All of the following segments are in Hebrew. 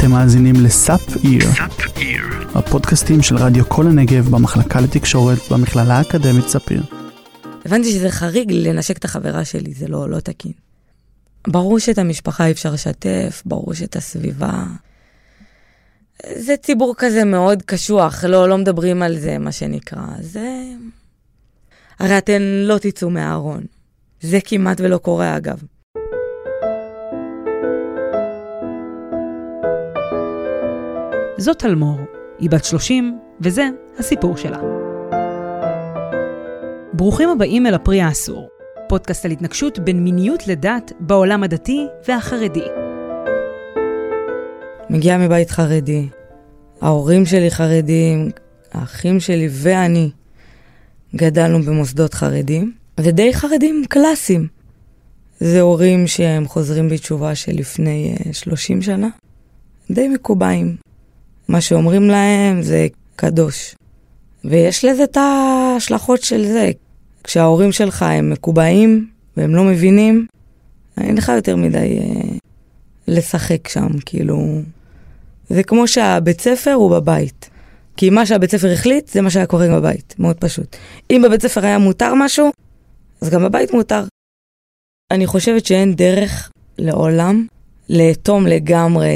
אתם מאזינים לסאפ איר, הפודקאסטים של רדיו כל הנגב במחלקה לתקשורת במכללה האקדמית ספיר. הבנתי שזה חריג לנשק את החברה שלי, זה לא תקין. ברור שאת המשפחה אפשר לשתף, ברור שאת הסביבה. זה ציבור כזה מאוד קשוח, לא מדברים על זה, מה שנקרא. זה... הרי אתן לא תצאו מהארון. זה כמעט ולא קורה, אגב. זאת תלמור, היא בת 30, וזה הסיפור שלה. ברוכים הבאים אל הפרי האסור, פודקאסט על התנגשות בין מיניות לדת בעולם הדתי והחרדי. מגיעה מבית חרדי, ההורים שלי חרדים, האחים שלי ואני גדלנו במוסדות חרדים, ודי חרדים קלאסיים. זה הורים שהם חוזרים בתשובה של לפני 30 שנה, די מקובעים. מה שאומרים להם זה קדוש. ויש לזה את ההשלכות של זה. כשההורים שלך הם מקובעים והם לא מבינים, אין לך יותר מדי לשחק שם, כאילו. זה כמו שהבית ספר הוא בבית. כי מה שהבית ספר החליט, זה מה שהיה קורה בבית. מאוד פשוט. אם בבית ספר היה מותר משהו, אז גם בבית מותר. אני חושבת שאין דרך לעולם לאטום לגמרי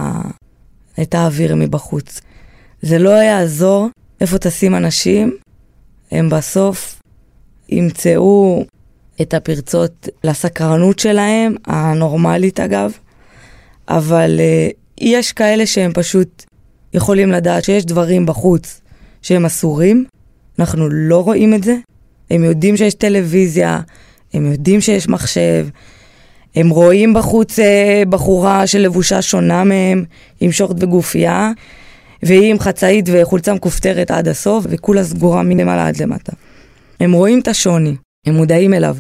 את האוויר מבחוץ. זה לא יעזור איפה תשים אנשים, הם בסוף ימצאו את הפרצות לסקרנות שלהם, הנורמלית אגב, אבל יש כאלה שהם פשוט יכולים לדעת שיש דברים בחוץ שהם אסורים, אנחנו לא רואים את זה, הם יודעים שיש טלוויזיה, הם יודעים שיש מחשב, הם רואים בחוץ בחורה של לבושה שונה מהם, עם שורט וגופייה, והיא עם חצאית וחולצה מכופתרת עד הסוף, וכולה סגורה מלמעלה עד למטה. הם רואים את השוני, הם מודעים אליו.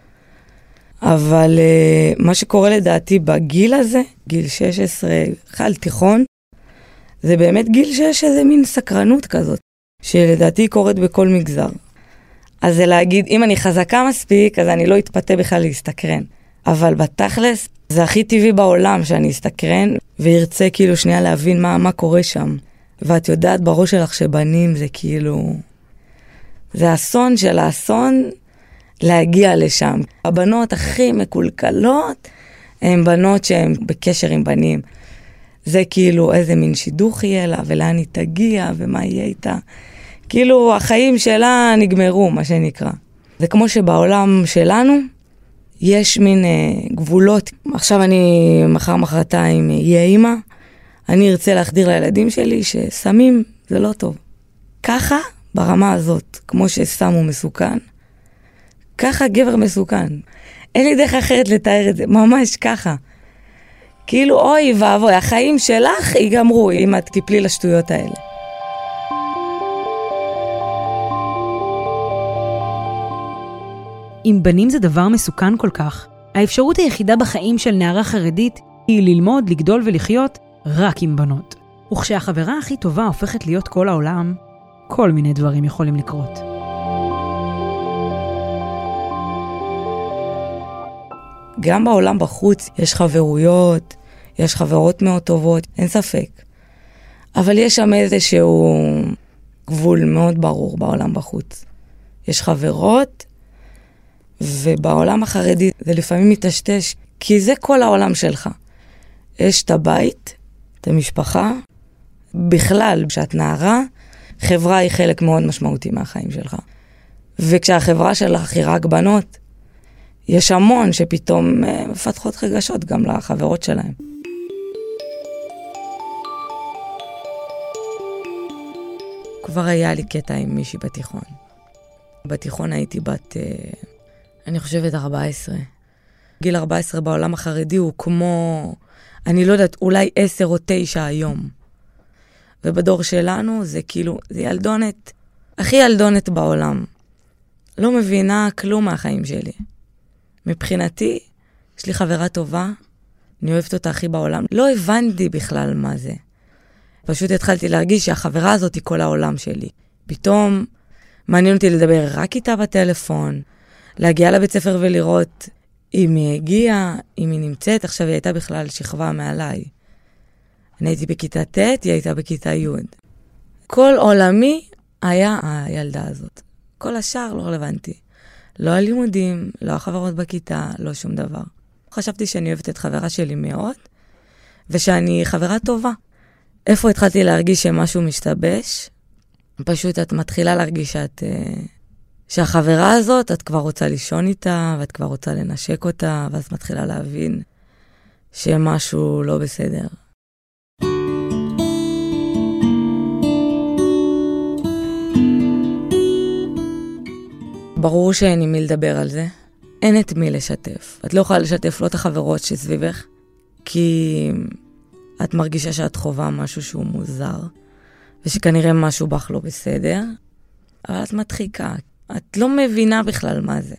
אבל מה שקורה לדעתי בגיל הזה, גיל 16, חל תיכון, זה באמת גיל שיש איזה מין סקרנות כזאת, שלדעתי קורית בכל מגזר. אז זה להגיד, אם אני חזקה מספיק, אז אני לא אתפתה בכלל להסתקרן. אבל בתכלס, זה הכי טבעי בעולם שאני אסתקרן, וירצה כאילו שנייה להבין מה קורה שם. ואת יודעת בראש שלך שבנים זה כאילו... זה אסון של האסון להגיע לשם. הבנות הכי מקולקלות, הן בנות שהן בקשר עם בנים. זה כאילו איזה מין שידוך יהיה לה, ולאן היא תגיע, ומה יהיה איתה. כאילו החיים שלה נגמרו, מה שנקרא. זה כמו שבעולם שלנו, יש מין גבולות. עכשיו אני מחרתיים יהיה אימא, אני ארצה להחדיר לילדים שלי שסמים זה לא טוב. ככה, ברמה הזאת, כמו שסם הוא מסוכן, ככה גבר מסוכן. אין לי דרך אחרת לתאר את זה, ממש ככה. כאילו אוי ואבוי, החיים שלך ייגמרו אם את תיפלי לשטויות האלה. אם בנים זה דבר מסוכן כל כך, האפשרות היחידה בחיים של נערה חרדית היא ללמוד, לגדול ולחיות רק עם בנות. וכשהחברה הכי טובה הופכת להיות כל העולם, כל מיני דברים יכולים לקרות. גם בעולם בחוץ יש חברויות, יש חברות מאוד טובות, אין ספק. אבל יש שם איזשהו גבול מאוד ברור בעולם בחוץ. יש חברות, ובעולם החרדי זה לפעמים מתשתש, כי זה כל העולם שלך. יש את הבית, את המשפחה, בכלל, כשאת נערה, חברה היא חלק מאוד משמעותי מהחיים שלך. וכשהחברה שלך היא רק בנות, יש המון שפתאום מפתחות רגשות גם לחברות שלהם. כבר היה לי קטע עם מישהי בתיכון. בתיכון הייתי בת... אני חושבת 14. גיל 14 בעולם החרדי הוא כמו, אני לא יודעת, אולי 10 או 9 היום. ובדור שלנו זה כאילו, זה ילדונת, הכי ילדונת בעולם. לא מבינה כלום מהחיים שלי. מבחינתי, יש לי חברה טובה, אני אוהבת אותה הכי בעולם. לא הבנתי בכלל מה זה. פשוט התחלתי להרגיש שהחברה הזאת היא כל העולם שלי. פתאום מעניין אותי לדבר רק איתה בטלפון, להגיע לבית ספר ולראות אם היא הגיעה, אם היא נמצאת, עכשיו היא הייתה בכלל שכבה מעליי. אני הייתי בכיתה ט', היא הייתה בכיתה י'. כל עולמי היה הילדה הזאת. כל השאר לא רלוונטי. לא הלימודים, לא החברות בכיתה, לא שום דבר. חשבתי שאני אוהבת את חברה שלי מאוד, ושאני חברה טובה. איפה התחלתי להרגיש שמשהו משתבש? פשוט את מתחילה להרגיש שהחברה הזאת, את כבר רוצה לישון איתה, ואת כבר רוצה לנשק אותה, ואז מתחילה להבין שמשהו לא בסדר. ברור שאין עם מי לדבר על זה. אין את מי לשתף. את לא יכולה לשתף לא את החברות שסביבך, כי את מרגישה שאת חובה משהו שהוא מוזר, ושכנראה משהו בך לא בסדר, אבל את מדחיקה. את לא מבינה בכלל מה זה.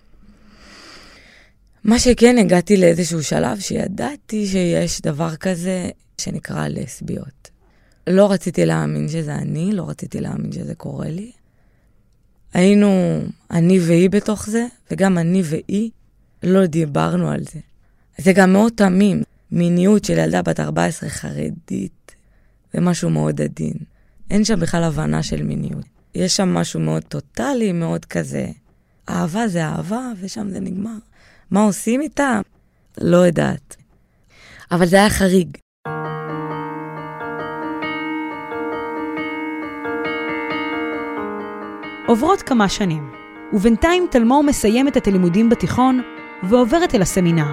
מה שכן, הגעתי לאיזשהו שלב שידעתי שיש דבר כזה שנקרא לסביות. לא רציתי להאמין שזה אני, לא רציתי להאמין שזה קורה לי. היינו אני והיא בתוך זה, וגם אני והיא לא דיברנו על זה. זה גם מאוד תמים. מיניות של ילדה בת 14 חרדית, זה משהו מאוד עדין. אין שם בכלל הבנה של מיניות. יש שם משהו מאוד טוטלי, מאוד כזה. אהבה זה אהבה, ושם זה נגמר. מה עושים איתה? לא יודעת. אבל זה היה חריג. עוברות כמה שנים, ובינתיים תלמור מסיימת את הלימודים בתיכון, ועוברת אל הסמינר.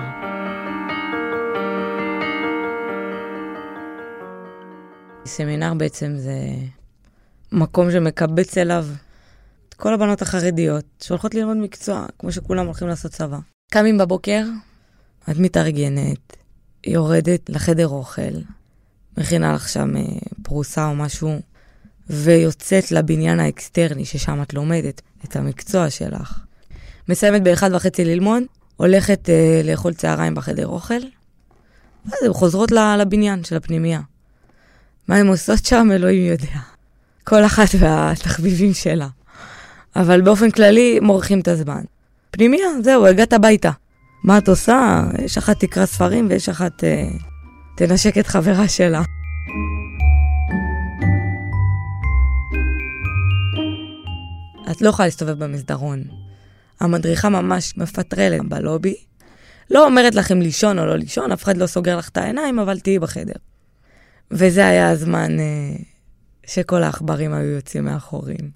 סמינר בעצם זה מקום שמקבץ אליו את כל הבנות החרדיות שהולכות ללמוד מקצוע, כמו שכולם הולכים לעשות צבא. קמים בבוקר, את מתארגנת, יורדת לחדר אוכל, מכינה לך שם פרוסה או משהו, ויוצאת לבניין האקסטרני ששם את לומדת את המקצוע שלך. מסיימת ב1:30 ללמוד, הולכת לאכול צהריים בחדר אוכל, ואז הן חוזרות לבניין של הפנימיה. מה הן עושות שם, אלוהים יודע. כל אחת והתחביבים שלה. אבל באופן כללי מורחים את הזמן. פנימיה, זהו, הגעת הביתה. מה את עושה? יש אחת תקרא ספרים ויש אחת תנשק את חברה שלה. את לא יכולה להסתובב במסדרון. המדריכה ממש מפטרלת בלובי. לא אומרת לכם לישון או לא לישון, אף אחד לא סוגר לך את העיניים, אבל תהיי בחדר. וזה היה הזמן שכל האחברים היו יוצאים מאחורים.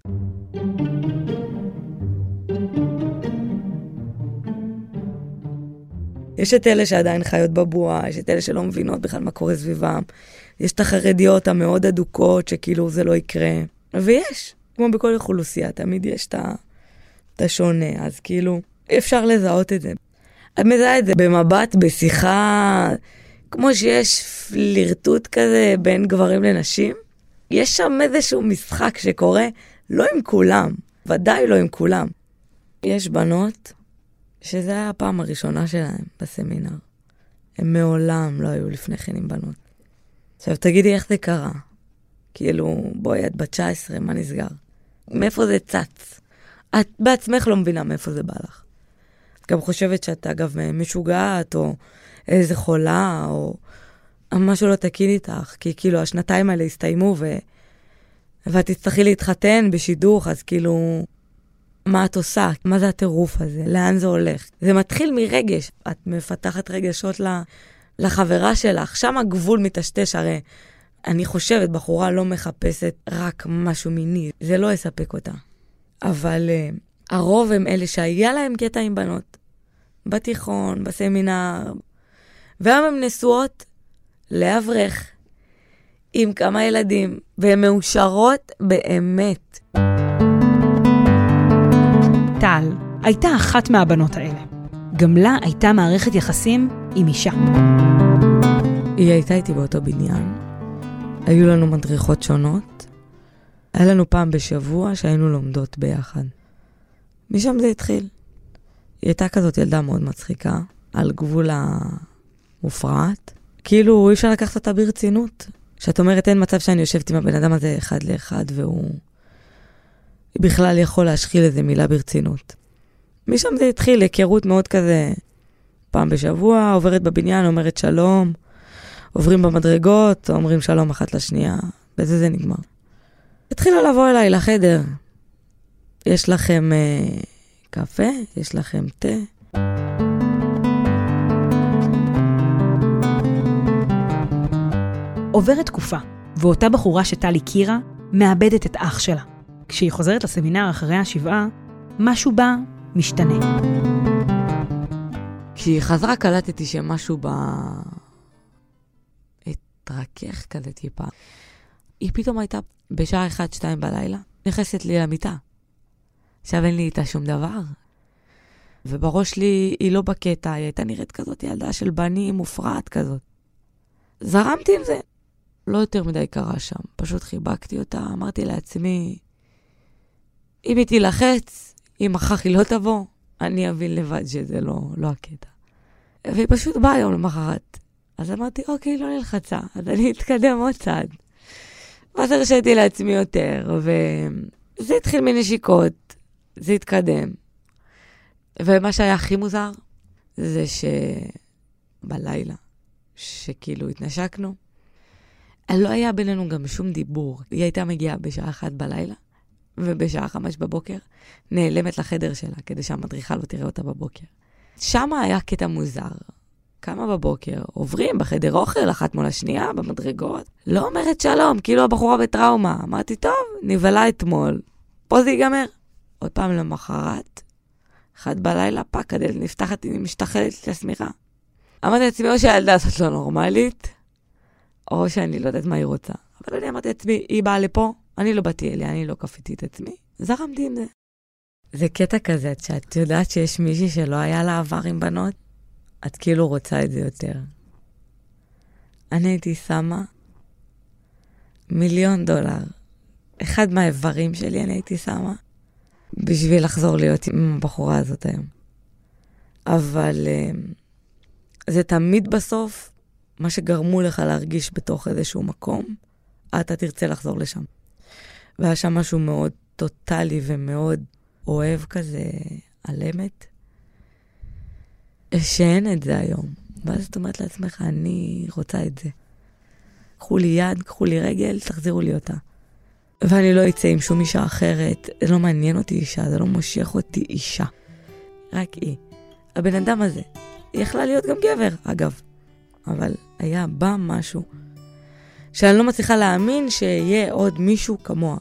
יש את אלה שעדיין חיות בבועה, יש את אלה שלא מבינות בכלל מה קורה סביבם. יש את החרדיות המאוד אדוקות שכאילו זה לא יקרה. ויש, כמו בכל אוכלוסייה, תמיד יש את השונה, אז כאילו אפשר לזהות את זה. את מזהה את זה במבט, בשיחה, כמו שיש פלירטוט כזה בין גברים לנשים. יש שם איזשהו משחק שקורה, לא עם כולם, ודאי לא עם כולם. יש בנות שזה היה הפעם הראשונה שלהם בסמינר. הם מעולם לא היו לפני כן עם בנות. עכשיו תגידי איך זה קרה. כאילו, בואי, את בת 19, מה נסגר? מאיפה זה צץ? את בעצמך לא מבינה מאיפה זה בא לך. את גם חושבת שאת אגב משוגעת, או איזה חולה, או משהו לא תקין איתך, כי כאילו השנתיים האלה הסתיימו, ואת תצטרכי להתחתן בשידוך, אז כאילו, מה את עושה? מה זה הטירוף הזה? לאן זה הולך? זה מתחיל מרגש. את מפתחת רגשות לחברה שלך. שם הגבול מטשטש, הרי אני חושבת, בחורה לא מחפשת רק משהו מיני. זה לא יספק אותה. אבל הרוב הם אלה שהיה להם קטע עם בנות. בתיכון, בסמינר. והיום הם נשואות לאברך. עם כמה ילדים. והן מאושרות באמת. טל הייתה אחת מהבנות האלה. גם לה הייתה מערכת יחסים עם אישה. היא הייתה איתי באותו בניין. היו לנו מדריכות שונות. היה לנו פעם בשבוע שהיינו לומדות ביחד. משם זה התחיל. היא הייתה כזאת ילדה מאוד מצחיקה, על גבול המופרעת. כאילו אי אפשר לקחת אותה ברצינות. שאת אומרת אין מצב שאני יושבת עם הבן אדם הזה אחד לאחד והוא בכלל יכול להשחיל איזה מילה ברצינות. משם זה התחיל, היכרות מאוד כזה. פעם בשבוע, עוברת בבניין, אומרת שלום, עוברים במדרגות, אומרים שלום אחת לשנייה, בזה זה נגמר. התחילה לבוא אליי לחדר. יש לכם קפה? יש לכם תה? עוברת תקופה, ואותה בחורה שטלי הכירה, מאבדת את אח שלה. כשהיא חוזרת לסמינר אחרי השבעה, משהו בה משתנה. כשהיא חזרה קלטתי שמשהו בה התרכך כזה טיפה. היא פתאום הייתה בשעה 1-2 בלילה, נכנסת לי למיטה. עכשיו אין לי איתה שום דבר. ובראש לי היא לא בקטע, היא הייתה נראית כזאת, ילדה של בנים מופרעת כזאת. זרמתי עם זה. לא יותר מדי קרה שם, פשוט חיבקתי אותה, אמרתי לעצמי, אם היא תילחץ, אם אחר היא לא תבוא, אני אבין לבד שזה לא הקטע. והיא פשוט באה יום למחרת. אז אמרתי, אוקיי, לא נלחצה, אז אני אתקדם עוד צעד. ואז הרשיתי לעצמי יותר, וזה התחיל מנשיקות, זה התקדם. ומה שהיה הכי מוזר, זה שבלילה, שכאילו התנשקנו, לא היה בינינו גם שום דיבור. היא הייתה מגיעה בשעה 1 בלילה, ובשעה 5 בבוקר, נעלמת לחדר שלה, כדי שהמדריכה לא תראה אותה בבוקר. שם היה קטע מוזר. כמה בבוקר, עוברים בחדר אוכל, אחת מול השנייה, במדרגות. לא אומרת שלום, כאילו הבחורה בטראומה. אמרתי, טוב, נבלה אתמול. פה זה ייגמר. עוד פעם למחרת, 1 בלילה, פאק, הדלת נפתחת, היא משתחלת לסמיכה. אמרתי לעצמי, או שהילדה הזאת לא נורמלית, או שאני לא יודעת מה היא רוצה. אבל אני אמרתי לעצמי, היא באה לפה, אני לא באתי אליה, אני לא קפיתי את עצמי. זרמתי עם זה. זה קטע כזה, שאת יודעת שיש מישהי שלא היה לה עבר עם בנות, את כאילו רוצה את זה יותר. אני הייתי שמה $1,000,000. אחד מהאיברים שלי אני הייתי שמה, בשביל לחזור להיות עם הבחורה הזאת היום. אבל זה תמיד בסוף, מה שגרמו לך להרגיש בתוך איזשהו מקום, אתה תרצה לחזור לשם. והיה שם משהו מאוד טוטלי ומאוד אוהב כזה על אמת, שאין את זה היום. ואז את אומרת לעצמך, אני רוצה את זה. קחו לי יד, קחו לי רגל, תחזירו לי אותה. ואני לא אצא עם שום אישה אחרת, זה לא מעניין אותי אישה, זה לא מושך אותי אישה. רק היא. הבן אדם הזה, היא יכלה להיות גם גבר, אגב. אבל היה בה משהו שאני לא מצליחה להאמין שיהיה עוד מישהו כמוה.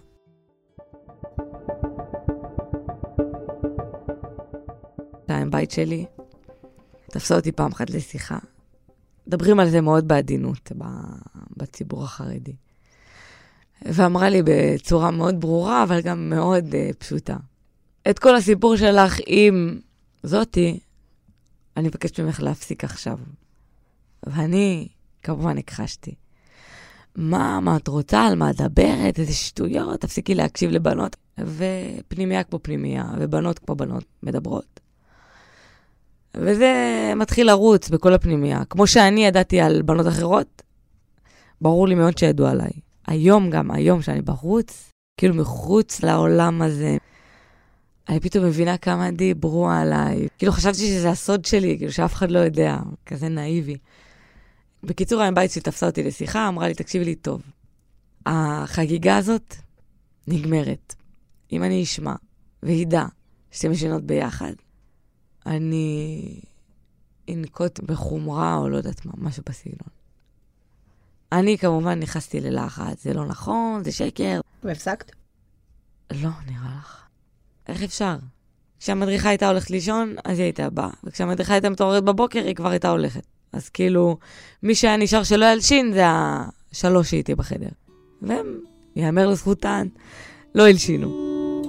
עם בית שלי, תפסה אותי פעם אחת לשיחה. מדברים על זה מאוד בעדינות בציבור החרדי. ואמרה לי בצורה מאוד ברורה, אבל גם מאוד פשוטה. את כל הסיפור שלך עם זאתי, אני מבקשת ממך להפסיק עכשיו. ואני כמובן הכחשתי. מה את רוצה? על מה דברת? איזה שטויות? תפסיקי להקשיב לבנות. ופנימיה כמו פנימיה, ובנות כמו בנות מדברות. וזה מתחיל לרוץ בכל הפנימיה. כמו שאני ידעתי על בנות אחרות, ברור לי מאוד שידעו עליי. היום גם, היום שאני בחוץ, כאילו מחוץ לעולם הזה, אני פתאום מבינה כמה דיברו עליי. כאילו חשבתי שזה הסוד שלי, כאילו שאף אחד לא יודע, כזה נאיבי. בקיצור, הבית שלי תפסה אותי לשיחה, אמרה לי, תקשיבי לי טוב. החגיגה הזאת נגמרת. אם אני אשמע וידע שאתם ישנות ביחד, אני אנקוט בחומרה או לא יודעת מה, משהו בסגנון. אני כמובן נכנסתי ללחץ, זה לא נכון, זה שקר. והפסקת? לא, נראה לך. איך אפשר? כשהמדריכה הייתה הולכת לישון, אז היא הייתה באה. וכשהמדריכה הייתה מתעוררת בבוקר, היא כבר הייתה הולכת. אז כאילו, מי שהיה נשאר שלא ילשין, זה 3 שהייתי בחדר. והם, יאמר לזכותן, לא ילשינו.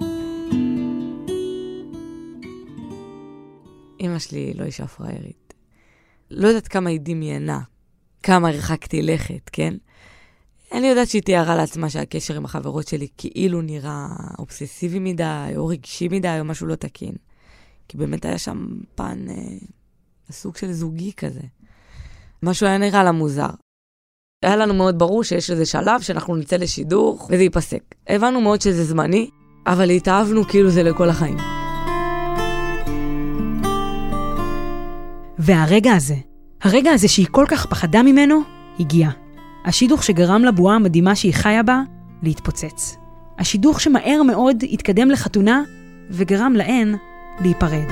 אמא שלי לא אישה פריירית. לא יודעת כמה היא דמיינה, כמה הרחקתי לכת, כן? אני יודעת שהיא תיארה לעצמה שהקשר עם החברות שלי כאילו נראה אובססיבי מדי, או רגשי מדי, או משהו לא תקין. כי באמת היה שם פן, סוג של זוגי כזה. משהו היה נראה לה מוזר. היה לנו מאוד ברור שיש איזה שלב שאנחנו נצא לשידור, וזה ייפסק. הבנו מאוד שזה זמני, אבל התאהבנו כאילו זה לכל החיים. והרגע הזה שהיא כל כך פחדה ממנו, הגיע. השידוך שגרם לבועה המדהימה שהיא חיה בה להתפוצץ. השידוך שמהר מאוד התקדם לחתונה וגרם להן להיפרד.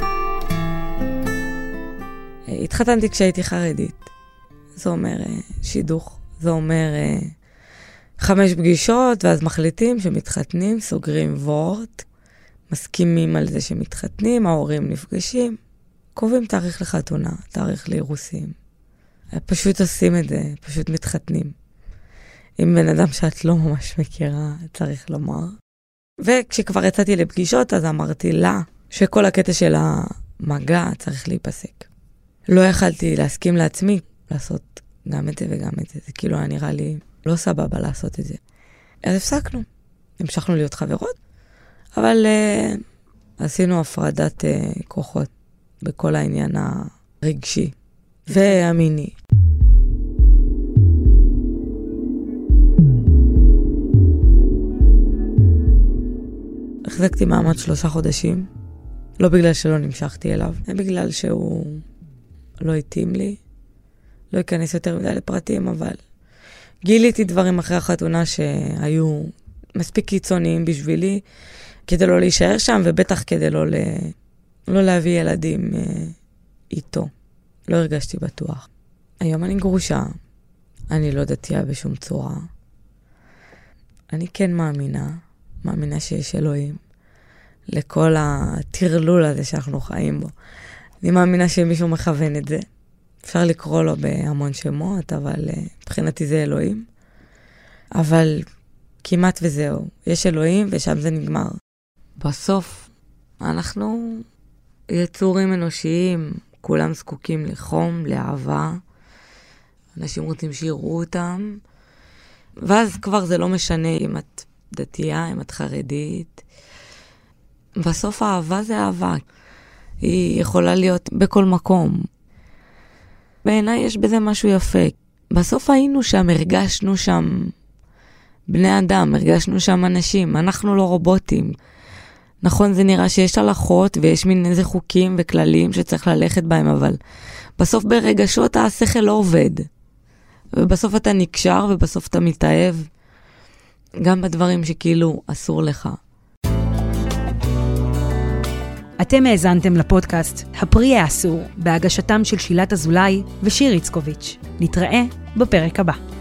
התחתנתי כשהייתי חרדית. זה אומר שידוך. זה אומר 5 פגישות, ואז מחליטים שמתחתנים, סוגרים וורט, מסכימים על זה שמתחתנים, ההורים נפגשים, קובעים תאריך לחתונה, תאריך לאירוסים. פשוט עושים את זה, פשוט מתחתנים. עם בן אדם שאת לא ממש מכירה, צריך לומר. וכשכבר יצאתי לפגישות, אז אמרתי לה שכל הקטע של המגע צריך להיפסק. לא יכלתי להסכים לעצמי לעשות גם את זה וגם את זה. זה כאילו היה נראה לי לא סבבה לעשות את זה. אז הפסקנו. המשכנו להיות חברות, אבל עשינו הפרדת כוחות בכל העניין הרגשי והמיני. החזקתי מעמד 3 חודשים, לא בגלל שלא נמשכתי אליו, בגלל שהוא לא התאים לי. לא אכנס יותר מדי לפרטים, אבל גיליתי דברים אחרי החתונה שהיו מספיק קיצוניים בשבילי, כדי לא להישאר שם, ובטח כדי לא להביא ילדים איתו. לא הרגשתי בטוח. היום אני גרושה, אני לא דתייה בשום צורה. אני כן מאמינה שיש אלוהים, לכל התרלול הזה שאנחנו חיים בו. אני מאמינה שמישהו מכוון את זה. אפשר לקרוא לו בהמון שמות, אבל מבחינתי זה אלוהים. אבל כמעט וזהו. יש אלוהים ושם זה נגמר. בסוף אנחנו יצורים אנושיים, כולם זקוקים לחום, לאהבה. אנשים רוצים שיראו אותם. ואז כבר זה לא משנה אם את דתייה, אם את חרדית. בסוף האהבה זה אהבה. היא יכולה להיות בכל מקום. בעיניי יש בזה משהו יפה. בסוף היינו שם, הרגשנו שם בני אדם, הרגשנו שם אנשים. אנחנו לא רובוטים. נכון, זה נראה שיש הלכות ויש מין איזה חוקים וכללים שצריך ללכת בהם, אבל בסוף ברגשות השכל לא עובד. ובסוף אתה נקשר ובסוף אתה מתאהב. גם בדברים שכאילו אסור לך. אתם האזנתם לפודקאסט הפרי האסור, בהגשתם של שילת אזולאי ושיר איצקוביץ'. נתראה בפרק הבא.